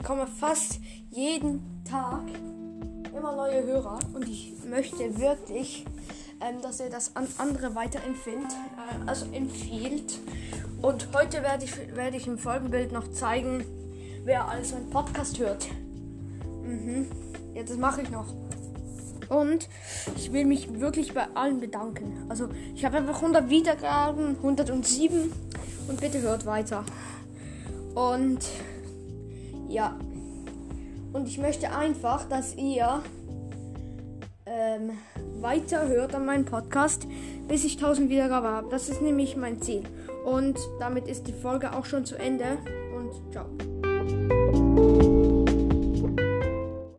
bekomme fast jeden Tag immer neue Hörer und ich möchte wirklich, dass ihr das an andere weiterempfiehlt. Und heute werde ich im Folgenbild noch zeigen, wer alles meinen Podcast hört. Ja, das mache ich noch. Und ich will mich wirklich bei allen bedanken. Also ich habe einfach 100 Wiedergaben, 107 und bitte hört weiter. Und ja. Und ich möchte einfach, dass ihr weiterhört an meinem Podcast, bis ich 1000 Wiedergaben habe. Das ist nämlich mein Ziel. Und damit ist die Folge auch schon zu Ende. Und ciao.